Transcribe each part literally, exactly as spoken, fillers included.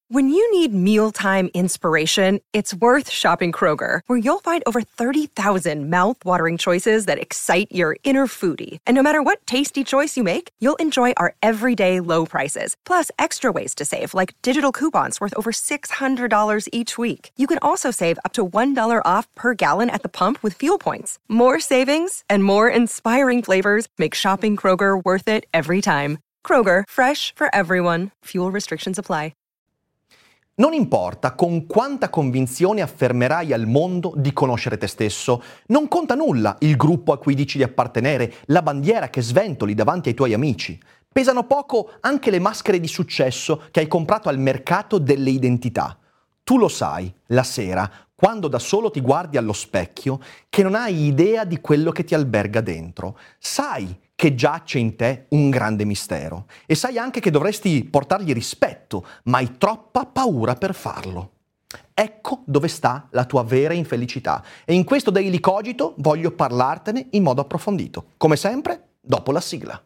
When you need mealtime inspiration, it's worth shopping Kroger, where you'll find over thirty thousand mouth-watering choices that excite your inner foodie. And no matter what tasty choice you make, you'll enjoy our everyday low prices, plus extra ways to save, like digital coupons worth over six hundred dollars each week. You can also save up to one dollar off per gallon at the pump with fuel points. More savings and more inspiring flavors make shopping Kroger worth it every time. Kroger, fresh for everyone. Fuel restrictions apply. Non importa con quanta convinzione affermerai al mondo di conoscere te stesso, non conta nulla il gruppo a cui dici di appartenere, la bandiera che sventoli davanti ai tuoi amici. Pesano poco anche le maschere di successo che hai comprato al mercato delle identità. Tu lo sai, la sera, quando da solo ti guardi allo specchio, che non hai idea di quello che ti alberga dentro. Sai che giace in te un grande mistero e sai anche che dovresti portargli rispetto, ma hai troppa paura per farlo. Ecco dove sta la tua vera infelicità e in questo Daily Cogito voglio parlartene in modo approfondito, come sempre dopo la sigla.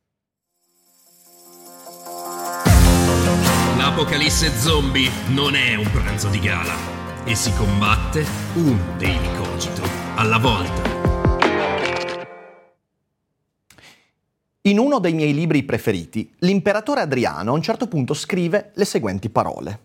L'apocalisse zombie non è un pranzo di gala e si combatte un Daily Cogito alla volta. In uno dei miei libri preferiti, l'imperatore Adriano a un certo punto scrive le seguenti parole.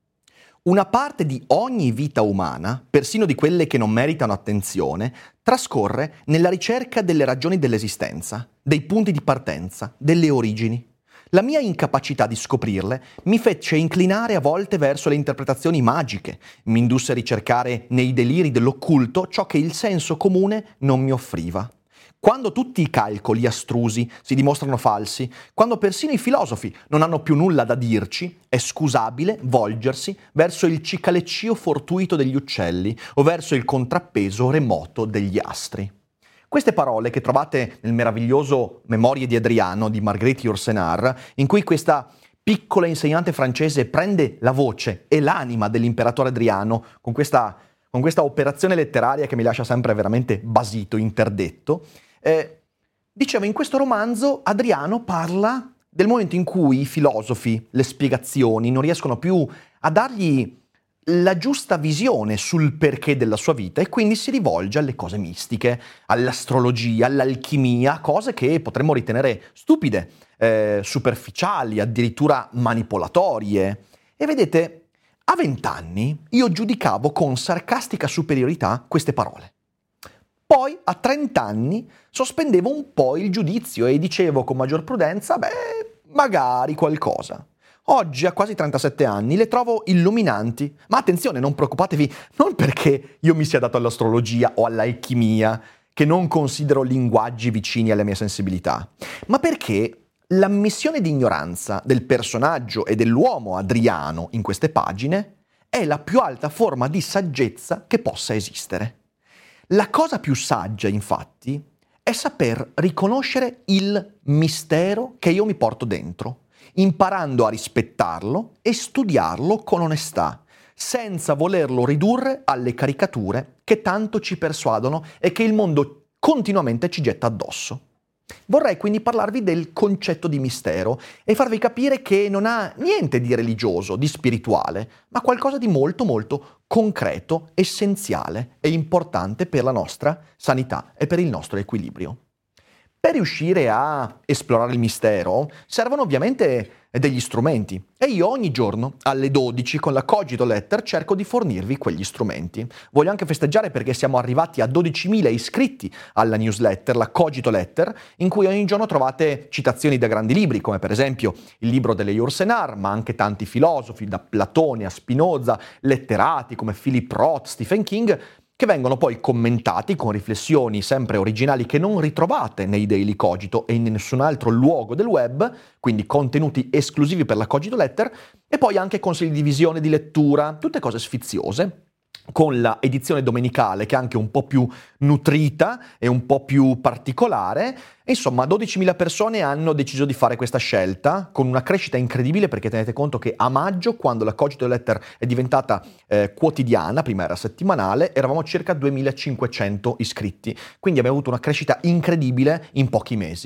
Una parte di ogni vita umana, persino di quelle che non meritano attenzione, trascorre nella ricerca delle ragioni dell'esistenza, dei punti di partenza, delle origini. La mia incapacità di scoprirle mi fece inclinare a volte verso le interpretazioni magiche, mi indusse a ricercare nei deliri dell'occulto ciò che il senso comune non mi offriva. Quando tutti i calcoli astrusi si dimostrano falsi, quando persino i filosofi non hanno più nulla da dirci, è scusabile volgersi verso il cicaleccio fortuito degli uccelli o verso il contrappeso remoto degli astri. Queste parole che trovate nel meraviglioso Memorie di Adriano di Marguerite Yourcenar, in cui questa piccola insegnante francese prende la voce e l'anima dell'imperatore Adriano con questa, con questa operazione letteraria che mi lascia sempre veramente basito, interdetto, Eh, dicevo, in questo romanzo Adriano parla del momento in cui i filosofi, le spiegazioni, non riescono più a dargli la giusta visione sul perché della sua vita e quindi si rivolge alle cose mistiche, all'astrologia, all'alchimia, cose che potremmo ritenere stupide, eh, superficiali, addirittura manipolatorie. E vedete, a vent'anni io giudicavo con sarcastica superiorità queste parole. Poi, a trent'anni, sospendevo un po' il giudizio e dicevo con maggior prudenza, beh, magari qualcosa. Oggi, a quasi trentasette anni, le trovo illuminanti. Ma attenzione, non preoccupatevi, non perché io mi sia dato all'astrologia o all'alchimia, che non considero linguaggi vicini alle mie sensibilità, ma perché l'ammissione di ignoranza del personaggio e dell'uomo Adriano in queste pagine è la più alta forma di saggezza che possa esistere. La cosa più saggia, infatti, è saper riconoscere il mistero che io mi porto dentro, imparando a rispettarlo e studiarlo con onestà, senza volerlo ridurre alle caricature che tanto ci persuadono e che il mondo continuamente ci getta addosso. Vorrei quindi parlarvi del concetto di mistero e farvi capire che non ha niente di religioso, di spirituale, ma qualcosa di molto molto concreto, essenziale e importante per la nostra sanità e per il nostro equilibrio. Per riuscire a esplorare il mistero servono ovviamente degli strumenti e io ogni giorno alle dodici con la Cogito Letter cerco di fornirvi quegli strumenti. Voglio anche festeggiare perché siamo arrivati a dodicimila iscritti alla newsletter, la Cogito Letter, in cui ogni giorno trovate citazioni da grandi libri, come per esempio il libro delle Yourcenar, ma anche tanti filosofi, da Platone a Spinoza, letterati come Philip Roth, Stephen King, che vengono poi commentati con riflessioni sempre originali che non ritrovate nei Daily Cogito e in nessun altro luogo del web, quindi contenuti esclusivi per la Cogito Letter, e poi anche consigli di visione, di lettura, tutte cose sfiziose, con la edizione domenicale che è anche un po' più nutrita e un po' più particolare. Insomma, dodicimila persone hanno deciso di fare questa scelta con una crescita incredibile, perché tenete conto che a maggio, quando la Cogito Letter è diventata eh, quotidiana, prima era settimanale, eravamo circa duemilacinquecento iscritti, quindi abbiamo avuto una crescita incredibile in pochi mesi.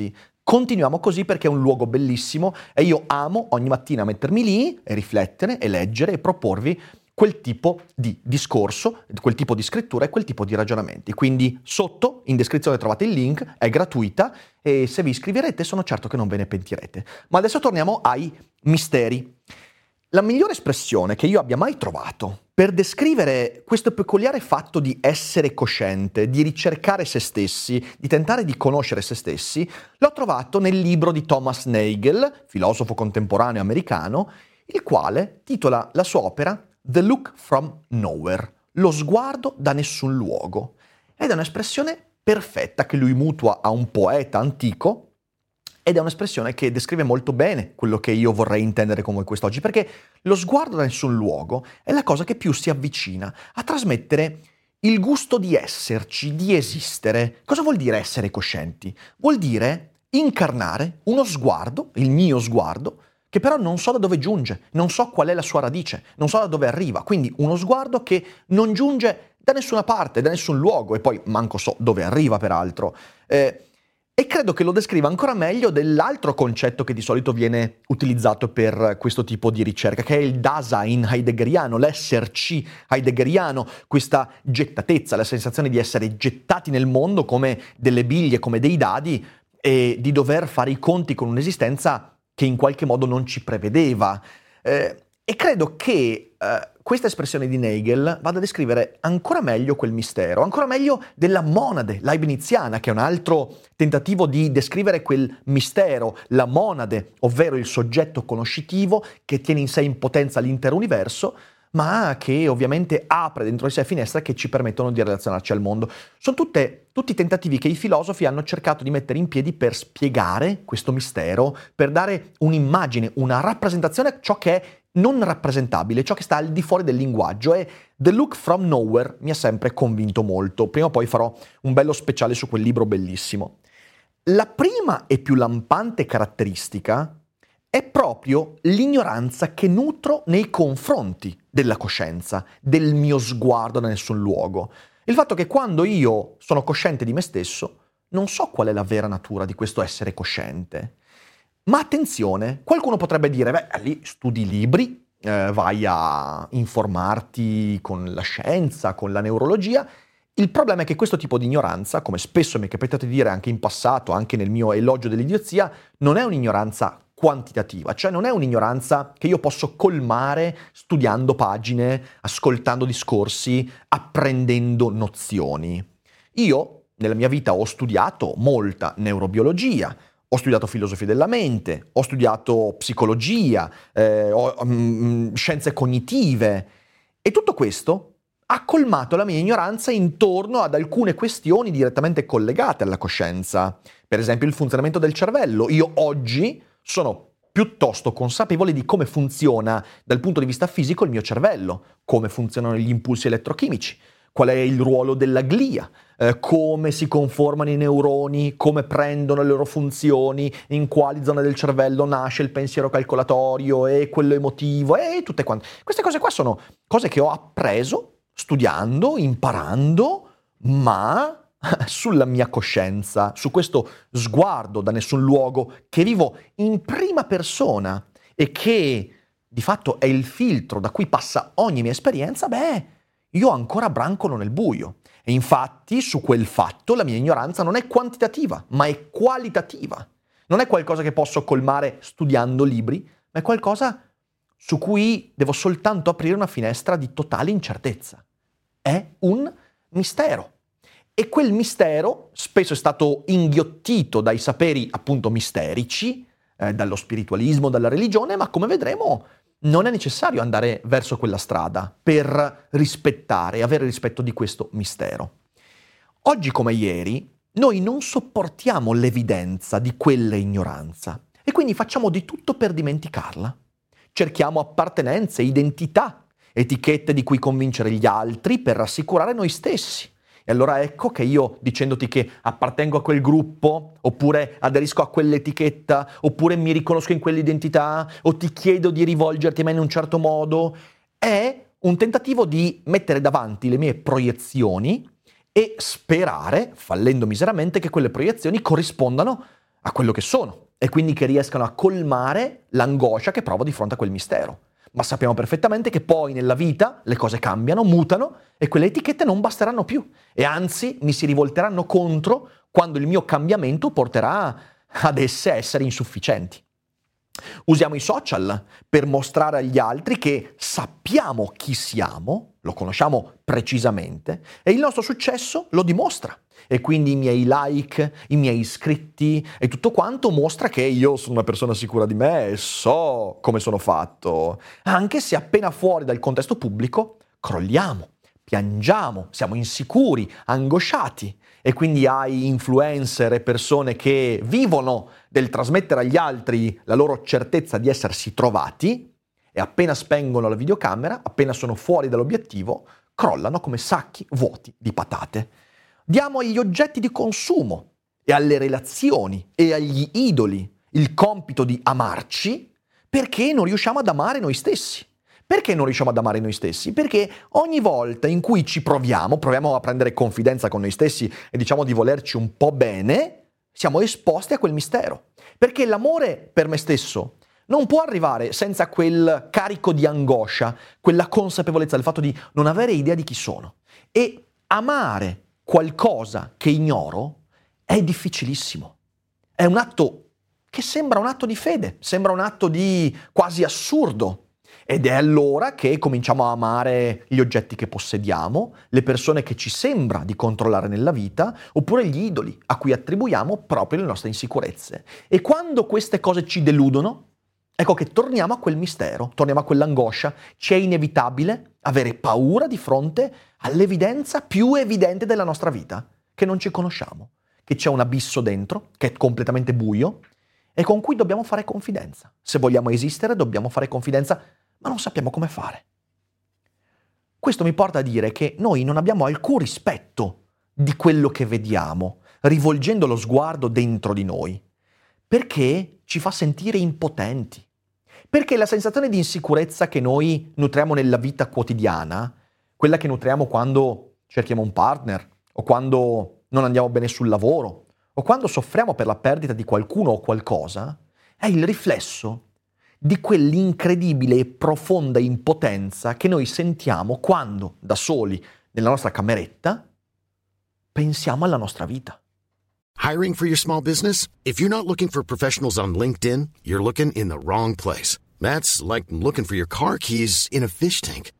Continuiamo così perché è un luogo bellissimo e io amo ogni mattina mettermi lì e riflettere e leggere e proporvi quel tipo di discorso, quel tipo di scrittura e quel tipo di ragionamenti. Quindi sotto, in descrizione trovate il link, è gratuita e se vi iscriverete sono certo che non ve ne pentirete. Ma adesso torniamo ai misteri. La migliore espressione che io abbia mai trovato per descrivere questo peculiare fatto di essere cosciente, di ricercare se stessi, di tentare di conoscere se stessi, l'ho trovato nel libro di Thomas Nagel, filosofo contemporaneo americano, il quale titola la sua opera The Look from Nowhere, lo sguardo da nessun luogo. Ed è un'espressione perfetta che lui mutua a un poeta antico, ed è un'espressione che descrive molto bene quello che io vorrei intendere con voi quest'oggi, perché lo sguardo da nessun luogo è la cosa che più si avvicina a trasmettere il gusto di esserci, di esistere. Cosa vuol dire essere coscienti? Vuol dire incarnare uno sguardo, il mio sguardo, che però non so da dove giunge, non so qual è la sua radice, non so da dove arriva, quindi uno sguardo che non giunge da nessuna parte, da nessun luogo, e poi manco so dove arriva peraltro. Eh, E credo che lo descriva ancora meglio dell'altro concetto che di solito viene utilizzato per questo tipo di ricerca, che è il Dasein heideggeriano, l'esserci heideggeriano, questa gettatezza, la sensazione di essere gettati nel mondo come delle biglie, come dei dadi, e di dover fare i conti con un'esistenza che in qualche modo non ci prevedeva. Eh, e credo che eh, questa espressione di Nagel vada a descrivere ancora meglio quel mistero, ancora meglio della monade leibniziana, che è un altro tentativo di descrivere quel mistero, la monade, ovvero il soggetto conoscitivo che tiene in sé in potenza l'intero universo, ma che ovviamente apre dentro di sé finestre che ci permettono di relazionarci al mondo. Sono tutte, tutti tentativi che i filosofi hanno cercato di mettere in piedi per spiegare questo mistero, per dare un'immagine, una rappresentazione a ciò che è non rappresentabile, ciò che sta al di fuori del linguaggio, e The Look from Nowhere mi ha sempre convinto molto. Prima o poi farò un bello speciale su quel libro bellissimo. La prima e più lampante caratteristica è proprio l'ignoranza che nutro nei confronti della coscienza, del mio sguardo da nessun luogo. Il fatto che quando io sono cosciente di me stesso, non so qual è la vera natura di questo essere cosciente. Ma attenzione, qualcuno potrebbe dire, beh, lì studi libri, eh, vai a informarti con la scienza, con la neurologia. Il problema è che questo tipo di ignoranza, come spesso mi è capitato di dire anche in passato, anche nel mio elogio dell'idiozia, non è un'ignoranza quantitativa, cioè non è un'ignoranza che io posso colmare studiando pagine, ascoltando discorsi, apprendendo nozioni. Io, nella mia vita, ho studiato molta neurobiologia, ho studiato filosofia della mente, ho studiato psicologia, eh, ho, um, scienze cognitive, e tutto questo ha colmato la mia ignoranza intorno ad alcune questioni direttamente collegate alla coscienza. Per esempio il funzionamento del cervello. Io oggi sono piuttosto consapevole di come funziona dal punto di vista fisico il mio cervello, come funzionano gli impulsi elettrochimici, qual è il ruolo della glia, eh, come si conformano i neuroni, come prendono le loro funzioni, in quali zone del cervello nasce il pensiero calcolatorio e quello emotivo e tutte quante. Queste cose qua sono cose che ho appreso studiando, imparando, ma sulla mia coscienza, su questo sguardo da nessun luogo che vivo in prima persona e che di fatto è il filtro da cui passa ogni mia esperienza, beh, io ancora brancolo nel buio. E infatti su quel fatto la mia ignoranza non è quantitativa, ma è qualitativa. Non è qualcosa che posso colmare studiando libri, ma è qualcosa su cui devo soltanto aprire una finestra di totale incertezza. È un mistero. E quel mistero spesso è stato inghiottito dai saperi appunto misterici, eh, dallo spiritualismo, dalla religione, ma come vedremo non è necessario andare verso quella strada per rispettare, avere rispetto di questo mistero. Oggi come ieri, noi non sopportiamo l'evidenza di quella ignoranza e quindi facciamo di tutto per dimenticarla. Cerchiamo appartenenze, identità, etichette di cui convincere gli altri per rassicurare noi stessi. E allora ecco che io, dicendoti che appartengo a quel gruppo, oppure aderisco a quell'etichetta, oppure mi riconosco in quell'identità, o ti chiedo di rivolgerti a me in un certo modo, è un tentativo di mettere davanti le mie proiezioni e sperare, fallendo miseramente, che quelle proiezioni corrispondano a quello che sono e quindi che riescano a colmare l'angoscia che provo di fronte a quel mistero. Ma sappiamo perfettamente che poi nella vita le cose cambiano, mutano e quelle etichette non basteranno più e anzi mi si rivolteranno contro quando il mio cambiamento porterà ad esse essere insufficienti. Usiamo i social per mostrare agli altri che sappiamo chi siamo, lo conosciamo precisamente e il nostro successo lo dimostra. E quindi i miei like, i miei iscritti e tutto quanto mostra che io sono una persona sicura di me e so come sono fatto. Anche se appena fuori dal contesto pubblico crolliamo, piangiamo, siamo insicuri, angosciati. E quindi hai influencer e persone che vivono del trasmettere agli altri la loro certezza di essersi trovati e appena spengono la videocamera, appena sono fuori dall'obiettivo, crollano come sacchi vuoti di patate. Diamo agli oggetti di consumo e alle relazioni e agli idoli il compito di amarci perché non riusciamo ad amare noi stessi. Perché non riusciamo ad amare noi stessi? Perché ogni volta in cui ci proviamo, proviamo a prendere confidenza con noi stessi e diciamo di volerci un po' bene, siamo esposti a quel mistero. Perché l'amore per me stesso non può arrivare senza quel carico di angoscia, quella consapevolezza del fatto di non avere idea di chi sono. E amare qualcosa che ignoro è difficilissimo. È un atto che sembra un atto di fede, sembra un atto di quasi assurdo. Ed è allora che cominciamo a amare gli oggetti che possediamo, le persone che ci sembra di controllare nella vita, oppure gli idoli a cui attribuiamo proprio le nostre insicurezze. E quando queste cose ci deludono, ecco che torniamo a quel mistero, torniamo a quell'angoscia. Ci è inevitabile avere paura di fronte all'evidenza più evidente della nostra vita, che non ci conosciamo, che c'è un abisso dentro, che è completamente buio, e con cui dobbiamo fare confidenza. Se vogliamo esistere, dobbiamo fare confidenza, ma non sappiamo come fare. Questo mi porta a dire che noi non abbiamo alcun rispetto di quello che vediamo, rivolgendo lo sguardo dentro di noi, perché ci fa sentire impotenti. Perché la sensazione di insicurezza che noi nutriamo nella vita quotidiana, quella che nutriamo quando cerchiamo un partner, o quando non andiamo bene sul lavoro, o quando soffriamo per la perdita di qualcuno o qualcosa, è il riflesso di quell'incredibile e profonda impotenza che noi sentiamo quando, da soli, nella nostra cameretta, pensiamo alla nostra vita. Hiring for your small business? If you're not looking for professionals on LinkedIn, you're looking in the wrong place. That's like looking for your car keys in a fish tank.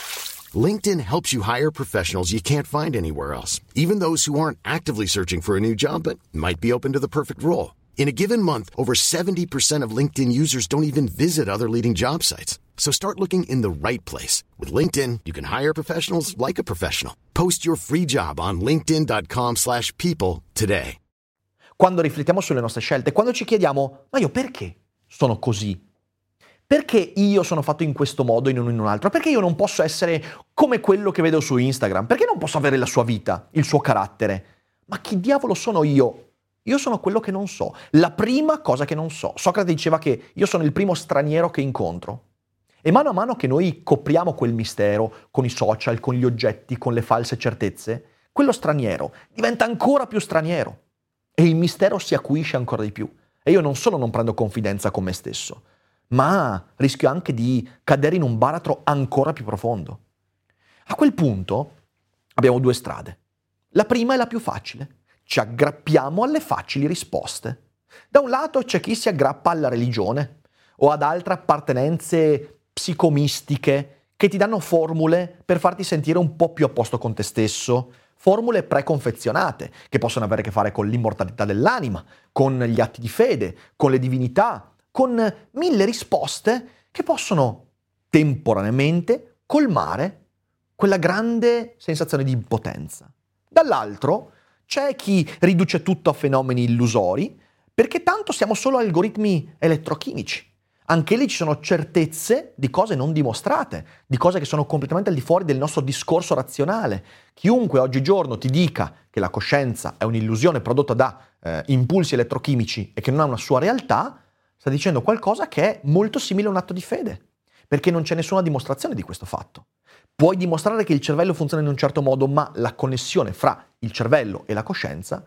LinkedIn helps you hire professionals you can't find anywhere else, even those who aren't actively searching for a new job but might be open to the perfect role. In a given month, over seventy percent of LinkedIn users don't even visit other leading job sites. So start looking in the right place. With LinkedIn, you can hire professionals like a professional. Post your free job on linkedin dot com slash people today. Quando riflettiamo sulle nostre scelte, quando ci chiediamo, ma io perché sono così? Perché io sono fatto in questo modo e non in un altro? Perché io non posso essere come quello che vedo su Instagram? Perché non posso avere la sua vita, il suo carattere? Ma chi diavolo sono io? Io sono quello che non so, la prima cosa che non so. Socrate diceva che io sono il primo straniero che incontro. E mano a mano che noi copriamo quel mistero con i social, con gli oggetti, con le false certezze, quello straniero diventa ancora più straniero e il mistero si acuisce ancora di più. E io non solo non prendo confidenza con me stesso, ma rischio anche di cadere in un baratro ancora più profondo. A quel punto abbiamo due strade. La prima è la più facile. Ci aggrappiamo alle facili risposte. Da un lato c'è chi si aggrappa alla religione o ad altre appartenenze psicomistiche che ti danno formule per farti sentire un po' più a posto con te stesso, formule preconfezionate che possono avere a che fare con l'immortalità dell'anima, con gli atti di fede, con le divinità, con mille risposte che possono temporaneamente colmare quella grande sensazione di impotenza. Dall'altro c'è chi riduce tutto a fenomeni illusori, perché tanto siamo solo algoritmi elettrochimici. Anche lì ci sono certezze di cose non dimostrate, di cose che sono completamente al di fuori del nostro discorso razionale. Chiunque oggigiorno ti dica che la coscienza è un'illusione prodotta da eh, impulsi elettrochimici e che non ha una sua realtà, sta dicendo qualcosa che è molto simile a un atto di fede, perché non c'è nessuna dimostrazione di questo fatto. Puoi dimostrare che il cervello funziona in un certo modo, ma la connessione fra il cervello e la coscienza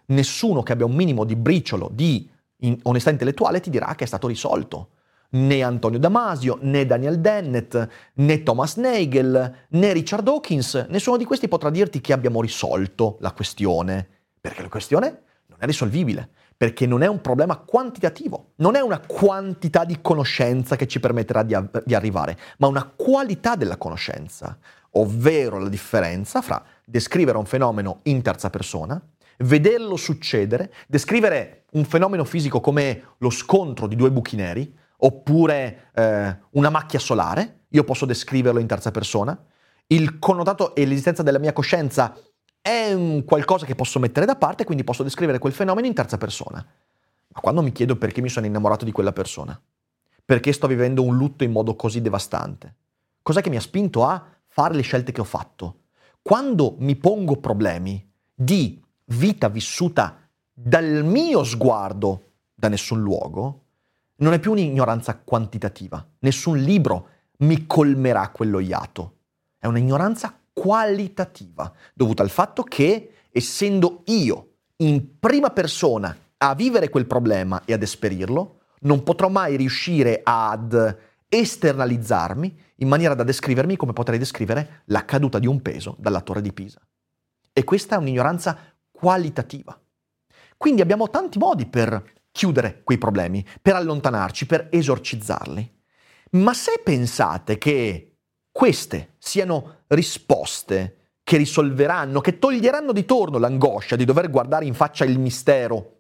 nessuno che abbia un minimo di briciolo di in- onestà intellettuale ti dirà che è stato risolto. Né Antonio Damasio, né Daniel Dennett, né Thomas Nagel, né Richard Dawkins, nessuno di questi potrà dirti che abbiamo risolto la questione, perché la questione non è risolvibile, perché non è un problema quantitativo, non è una quantità di conoscenza che ci permetterà di, a- di arrivare, ma una qualità della conoscenza, ovvero la differenza fra descrivere un fenomeno in terza persona, vederlo succedere, descrivere un fenomeno fisico come lo scontro di due buchi neri, oppure eh, una macchia solare, io posso descriverlo in terza persona, il connotato e l'esistenza della mia coscienza è un qualcosa che posso mettere da parte, quindi posso descrivere quel fenomeno in terza persona. Ma quando mi chiedo perché mi sono innamorato di quella persona, perché sto vivendo un lutto in modo così devastante, cos'è che mi ha spinto a fare le scelte che ho fatto? Quando mi pongo problemi di vita vissuta dal mio sguardo, da nessun luogo, non è più un'ignoranza quantitativa. Nessun libro mi colmerà quello iato. È un'ignoranza qualitativa, dovuta al fatto che, essendo io in prima persona a vivere quel problema e ad esperirlo, non potrò mai riuscire ad esternalizzarmi in maniera da descrivermi come potrei descrivere la caduta di un peso dalla torre di Pisa. E questa è un'ignoranza qualitativa. Quindi abbiamo tanti modi per chiudere quei problemi, per allontanarci, per esorcizzarli. Ma se pensate che queste siano risposte che risolveranno, che toglieranno di torno l'angoscia di dover guardare in faccia il mistero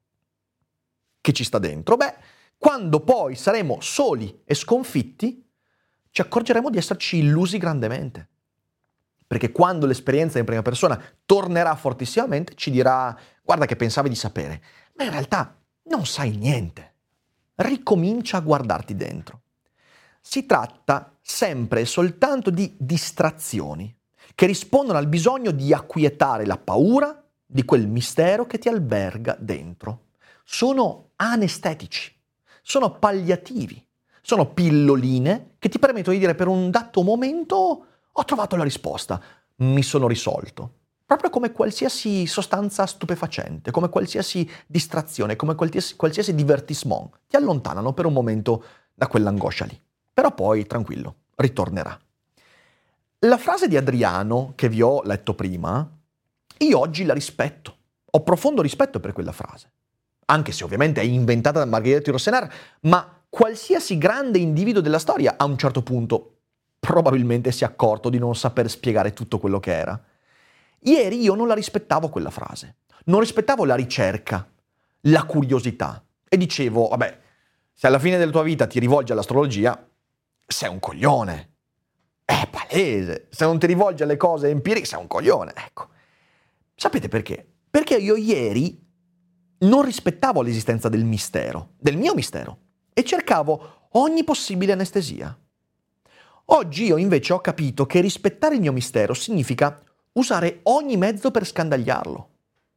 che ci sta dentro, beh, quando poi saremo soli e sconfitti, ci accorgeremo di esserci illusi grandemente. Perché quando l'esperienza in prima persona tornerà fortissimamente, ci dirà: guarda che pensavi di sapere, ma in realtà non sai niente. Ricomincia a guardarti dentro. Si tratta sempre e soltanto di distrazioni che rispondono al bisogno di acquietare la paura di quel mistero che ti alberga dentro. Sono anestetici, sono palliativi, sono pilloline che ti permettono di dire per un dato momento: ho trovato la risposta, mi sono risolto. Proprio come qualsiasi sostanza stupefacente, come qualsiasi distrazione, come qualsiasi, qualsiasi divertissement. Ti allontanano per un momento da quell'angoscia lì. Però poi, tranquillo, ritornerà. La frase di Adriano, che vi ho letto prima, io oggi la rispetto. Ho profondo rispetto per quella frase. Anche se ovviamente è inventata da Margherita Yourcenar, ma qualsiasi grande individuo della storia a un certo punto probabilmente si è accorto di non saper spiegare tutto quello che era. Ieri io non la rispettavo quella frase, non rispettavo la ricerca, la curiosità e dicevo: vabbè, se alla fine della tua vita ti rivolgi all'astrologia, sei un coglione, è palese, se non ti rivolgi alle cose empiriche sei un coglione, ecco. Sapete perché? Perché io ieri non rispettavo l'esistenza del mistero, del mio mistero, e cercavo ogni possibile anestesia. Oggi io invece ho capito che rispettare il mio mistero significa usare ogni mezzo per scandagliarlo.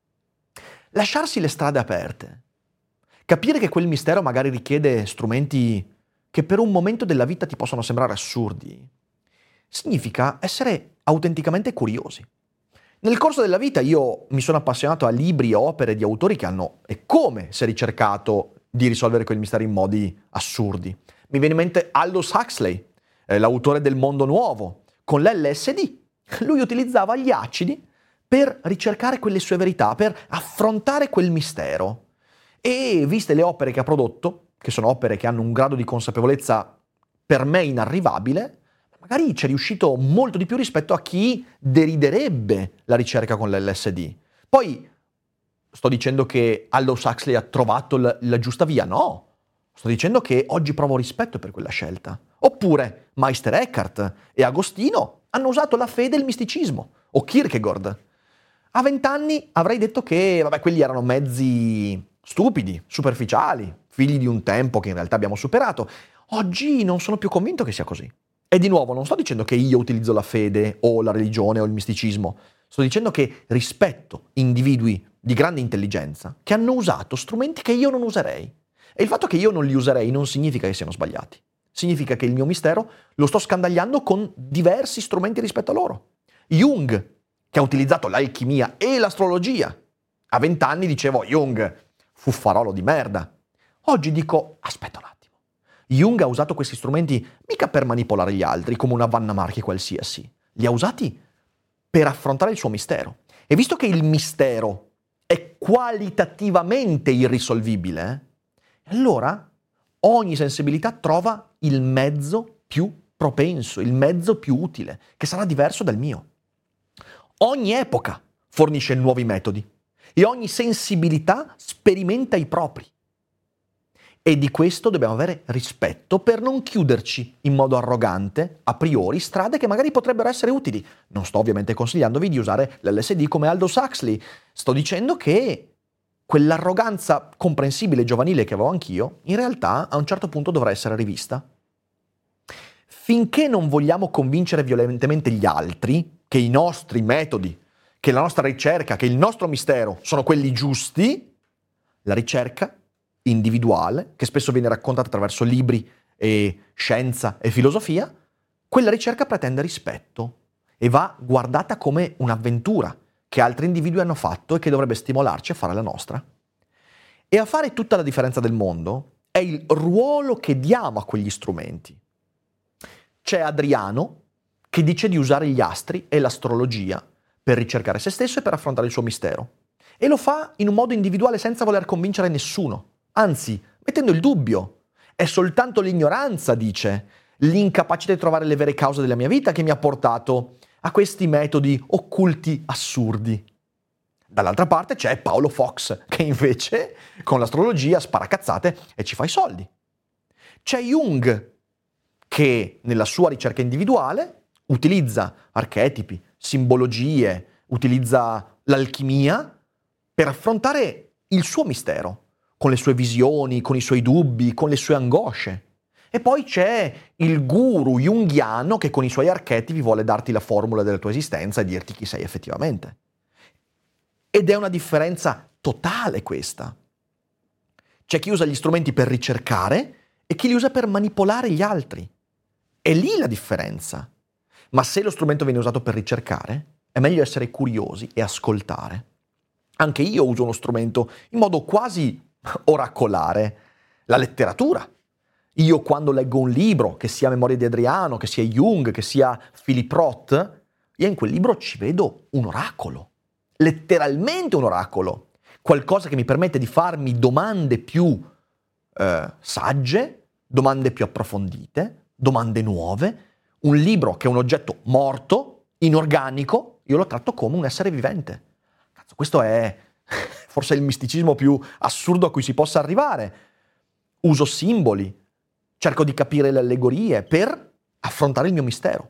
Lasciarsi le strade aperte. Capire che quel mistero magari richiede strumenti che per un momento della vita ti possono sembrare assurdi. Significa essere autenticamente curiosi. Nel corso della vita io mi sono appassionato a libri e opere di autori che hanno, e come si è ricercato di risolvere quel mistero in modi assurdi. Mi viene in mente Aldous Huxley, eh, l'autore del Mondo Nuovo, con l'L S D. Lui utilizzava gli acidi per ricercare quelle sue verità, per affrontare quel mistero. E viste le opere che ha prodotto, che sono opere che hanno un grado di consapevolezza per me inarrivabile, magari ci è riuscito molto di più rispetto a chi deriderebbe la ricerca con l'L S D. Poi sto dicendo che Aldous Huxley ha trovato la, la giusta via? No. Sto dicendo che oggi provo rispetto per quella scelta. Oppure Meister Eckhart e Agostino hanno usato la fede e il misticismo. O Kierkegaard. A vent'anni avrei detto che, vabbè, quelli erano mezzi stupidi, superficiali, figli di un tempo che in realtà abbiamo superato. Oggi non sono più convinto che sia così. E di nuovo, non sto dicendo che io utilizzo la fede o la religione o il misticismo. Sto dicendo che rispetto individui di grande intelligenza che hanno usato strumenti che io non userei. E il fatto che io non li userei non significa che siano sbagliati. Significa che il mio mistero lo sto scandagliando con diversi strumenti rispetto a loro. Jung, che ha utilizzato l'alchimia e l'astrologia, A vent'anni dicevo Jung, fuffarolo di merda. Oggi dico, aspetta un attimo, Jung ha usato questi strumenti mica per manipolare gli altri come una Vanna Marchi qualsiasi, li ha usati per affrontare il suo mistero. E visto che il mistero è qualitativamente irrisolvibile, eh, allora ogni sensibilità trova il mezzo più propenso, il mezzo più utile, che sarà diverso dal mio. Ogni epoca fornisce nuovi metodi e ogni sensibilità sperimenta i propri. E di questo dobbiamo avere rispetto per non chiuderci in modo arrogante, a priori, strade che magari potrebbero essere utili. Non sto ovviamente consigliandovi di usare l'L S D come Aldous Huxley. Sto dicendo che quell'arroganza comprensibile e giovanile che avevo anch'io, in realtà a un certo punto dovrà essere rivista. Finché non vogliamo convincere violentemente gli altri che i nostri metodi, che la nostra ricerca, che il nostro mistero sono quelli giusti, la ricerca individuale, che spesso viene raccontata attraverso libri e scienza e filosofia, quella ricerca pretende rispetto e va guardata come un'avventura che altri individui hanno fatto e che dovrebbe stimolarci a fare la nostra. E a fare tutta la differenza del mondo è il ruolo che diamo a quegli strumenti. C'è Adriano che dice di usare gli astri e l'astrologia per ricercare se stesso e per affrontare il suo mistero. E lo fa in un modo individuale senza voler convincere nessuno. Anzi, mettendo il dubbio. È soltanto l'ignoranza, dice, l'incapacità di trovare le vere cause della mia vita che mi ha portato a questi metodi occulti assurdi. Dall'altra parte c'è Paolo Fox, che invece con l'astrologia spara cazzate e ci fa i soldi. C'è Jung, che nella sua ricerca individuale utilizza archetipi, simbologie, utilizza l'alchimia per affrontare il suo mistero, con le sue visioni, con i suoi dubbi, con le sue angosce. E poi c'è il guru junghiano che con i suoi archetipi vuole darti la formula della tua esistenza e dirti chi sei effettivamente. Ed è una differenza totale questa. C'è chi usa gli strumenti per ricercare e chi li usa per manipolare gli altri. È lì la differenza. Ma se lo strumento viene usato per ricercare, è meglio essere curiosi e ascoltare. Anche io uso uno strumento in modo quasi oracolare, la letteratura. Io quando leggo un libro, che sia Memorie di Adriano, che sia Jung, che sia Philip Roth, io in quel libro ci vedo un oracolo, letteralmente un oracolo, qualcosa che mi permette di farmi domande più eh, sagge, domande più approfondite, domande nuove. Un libro che è un oggetto morto, inorganico, io lo tratto come un essere vivente. Cazzo, questo è forse il misticismo più assurdo a cui si possa arrivare. Uso simboli, cerco di capire le allegorie per affrontare il mio mistero.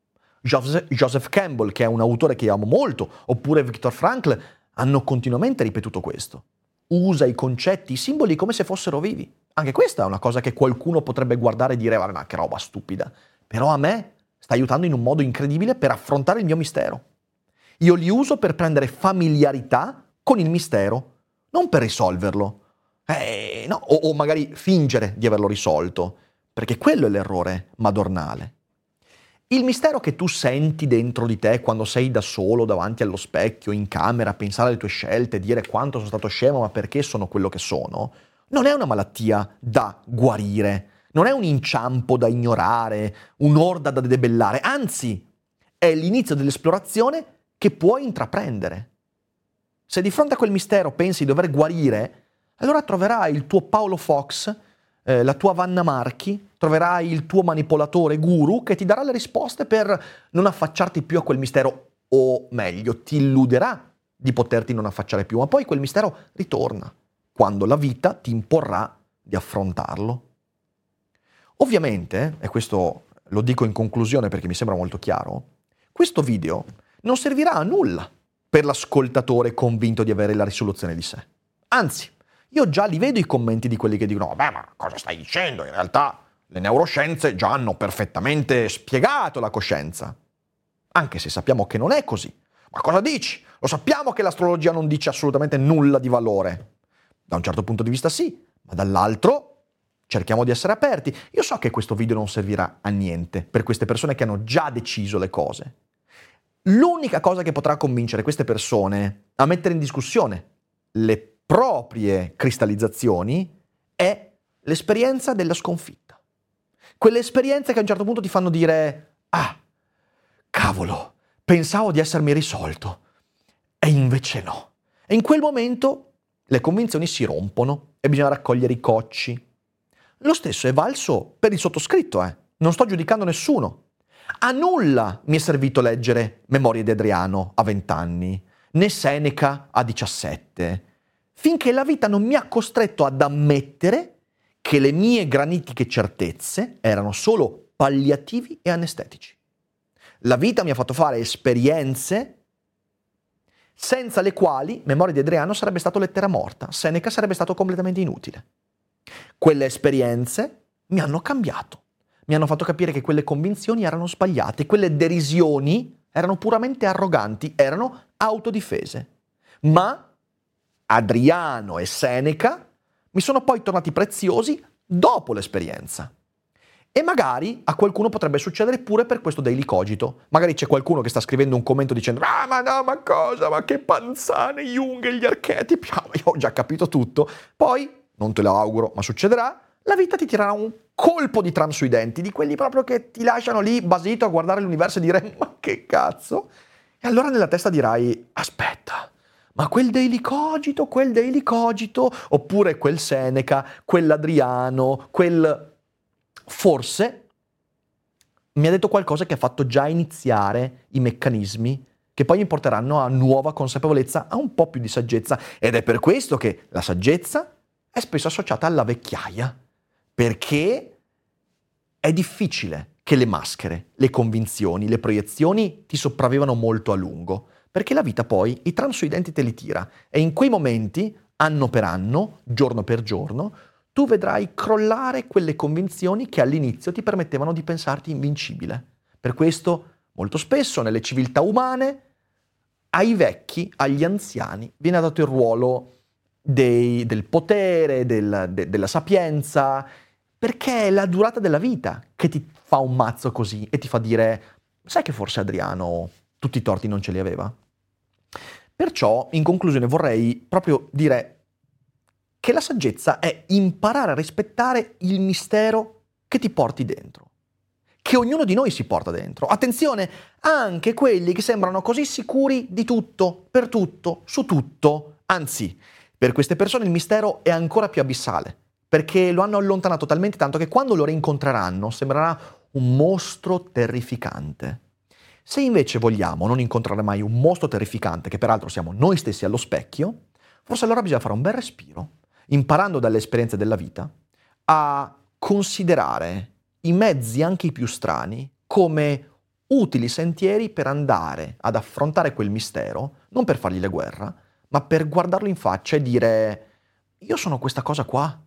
Joseph, Joseph Campbell, che è un autore che amo molto, oppure Viktor Frankl, hanno continuamente ripetuto questo. Usa i concetti, i simboli come se fossero vivi. Anche questa è una cosa che qualcuno potrebbe guardare e dire ma che roba stupida. Però a me sta aiutando in un modo incredibile per affrontare il mio mistero. Io li uso per prendere familiarità con il mistero, non per risolverlo. Eh, no, o, o magari fingere di averlo risolto, perché quello è l'errore madornale. Il mistero che tu senti dentro di te quando sei da solo davanti allo specchio, in camera, a pensare alle tue scelte, dire quanto sono stato scemo ma perché sono quello che sono, non è una malattia da guarire, non è un inciampo da ignorare, un'orda da debellare, anzi è l'inizio dell'esplorazione che puoi intraprendere. Se di fronte a quel mistero pensi di dover guarire, allora troverai il tuo Paolo Fox, eh, la tua Vanna Marchi, troverai il tuo manipolatore guru che ti darà le risposte per non affacciarti più a quel mistero, o meglio, ti illuderà di poterti non affacciare più, ma poi quel mistero ritorna, quando la vita ti imporrà di affrontarlo. Ovviamente, e questo lo dico in conclusione perché mi sembra molto chiaro, questo video non servirà a nulla per l'ascoltatore convinto di avere la risoluzione di sé. Anzi, io già li vedo i commenti di quelli che dicono «Beh, ma cosa stai dicendo? In realtà le neuroscienze già hanno perfettamente spiegato la coscienza». Anche se sappiamo che non è così. Ma cosa dici? Lo sappiamo che l'astrologia non dice assolutamente nulla di valore. Da un certo punto di vista sì, ma dall'altro cerchiamo di essere aperti. Io so che questo video non servirà a niente per queste persone che hanno già deciso le cose. L'unica cosa che potrà convincere queste persone a mettere in discussione le proprie cristallizzazioni è l'esperienza della sconfitta. Quelle esperienze che a un certo punto ti fanno dire: ah, cavolo, pensavo di essermi risolto, e invece no. E in quel momento le convinzioni si rompono e bisogna raccogliere i cocci. Lo stesso è valso per il sottoscritto, eh. Non sto giudicando nessuno. A nulla mi è servito leggere Memorie di Adriano a vent'anni, né Seneca a diciassette, finché la vita non mi ha costretto ad ammettere che le mie granitiche certezze erano solo palliativi e anestetici. La vita mi ha fatto fare esperienze senza le quali Memorie di Adriano sarebbe stato lettera morta, Seneca sarebbe stato completamente inutile. Quelle esperienze mi hanno cambiato, mi hanno fatto capire che quelle convinzioni erano sbagliate, quelle derisioni erano puramente arroganti, erano autodifese. Ma Adriano e Seneca mi sono poi tornati preziosi dopo l'esperienza. E magari a qualcuno potrebbe succedere pure per questo Daily Cogito. Magari c'è qualcuno che sta scrivendo un commento dicendo: ah, ma no, ma cosa, ma che panzane, Jung e gli archetipi, ah, io ho già capito tutto. Poi, non te lo auguro, ma succederà, la vita ti tirerà un colpo di tram sui denti, di quelli proprio che ti lasciano lì basito a guardare l'universo e dire: ma che cazzo? E allora nella testa dirai: aspetta, ma quel Daily Cogito, quel Daily Cogito, oppure quel Seneca, quell'Adriano, quel... forse mi ha detto qualcosa che ha fatto già iniziare i meccanismi che poi mi porteranno a nuova consapevolezza, a un po' più di saggezza. Ed è per questo che la saggezza è spesso associata alla vecchiaia, perché è difficile che le maschere, le convinzioni, le proiezioni ti sopravvivano molto a lungo, perché la vita poi i tram sui denti te li tira, e in quei momenti, anno per anno, giorno per giorno, tu vedrai crollare quelle convinzioni che all'inizio ti permettevano di pensarti invincibile. Per questo, molto spesso, nelle civiltà umane, ai vecchi, agli anziani, viene dato il ruolo dei, del potere, del, de, della sapienza, perché è la durata della vita che ti fa un mazzo così e ti fa dire: sai che forse Adriano tutti i torti non ce li aveva? Perciò, in conclusione, vorrei proprio dire che la saggezza è imparare a rispettare il mistero che ti porti dentro, che ognuno di noi si porta dentro. Attenzione, anche quelli che sembrano così sicuri di tutto, per tutto, su tutto. Anzi, per queste persone il mistero è ancora più abissale, perché lo hanno allontanato talmente tanto che quando lo rincontreranno sembrerà un mostro terrificante. Se invece vogliamo non incontrare mai un mostro terrificante, che peraltro siamo noi stessi allo specchio, forse allora bisogna fare un bel respiro, imparando dalle esperienze della vita a considerare i mezzi, anche i più strani, come utili sentieri per andare ad affrontare quel mistero, non per fargli la guerra, ma per guardarlo in faccia e dire: io sono questa cosa qua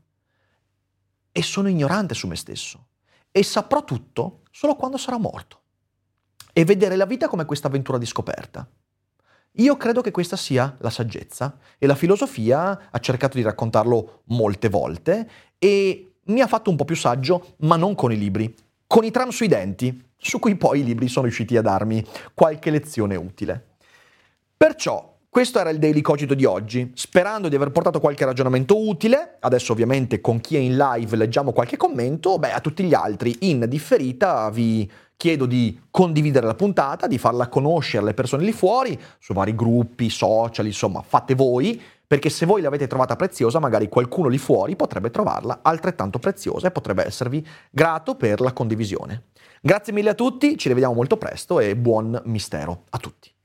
e sono ignorante su me stesso e saprò tutto solo quando sarò morto, e vedere la vita come questa avventura di scoperta. Io credo che questa sia la saggezza, e la filosofia ha cercato di raccontarlo molte volte e mi ha fatto un po' più saggio, ma non con i libri, con i tram sui denti, su cui poi i libri sono riusciti a darmi qualche lezione utile. Perciò questo era il Daily Cogito di oggi, sperando di aver portato qualche ragionamento utile. Adesso ovviamente con chi è in live leggiamo qualche commento, beh, a tutti gli altri in differita vi chiedo di condividere la puntata, di farla conoscere alle persone lì fuori, su vari gruppi, social, insomma, fate voi, perché se voi l'avete trovata preziosa, magari qualcuno lì fuori potrebbe trovarla altrettanto preziosa e potrebbe esservi grato per la condivisione. Grazie mille a tutti, ci rivediamo molto presto e buon mistero a tutti.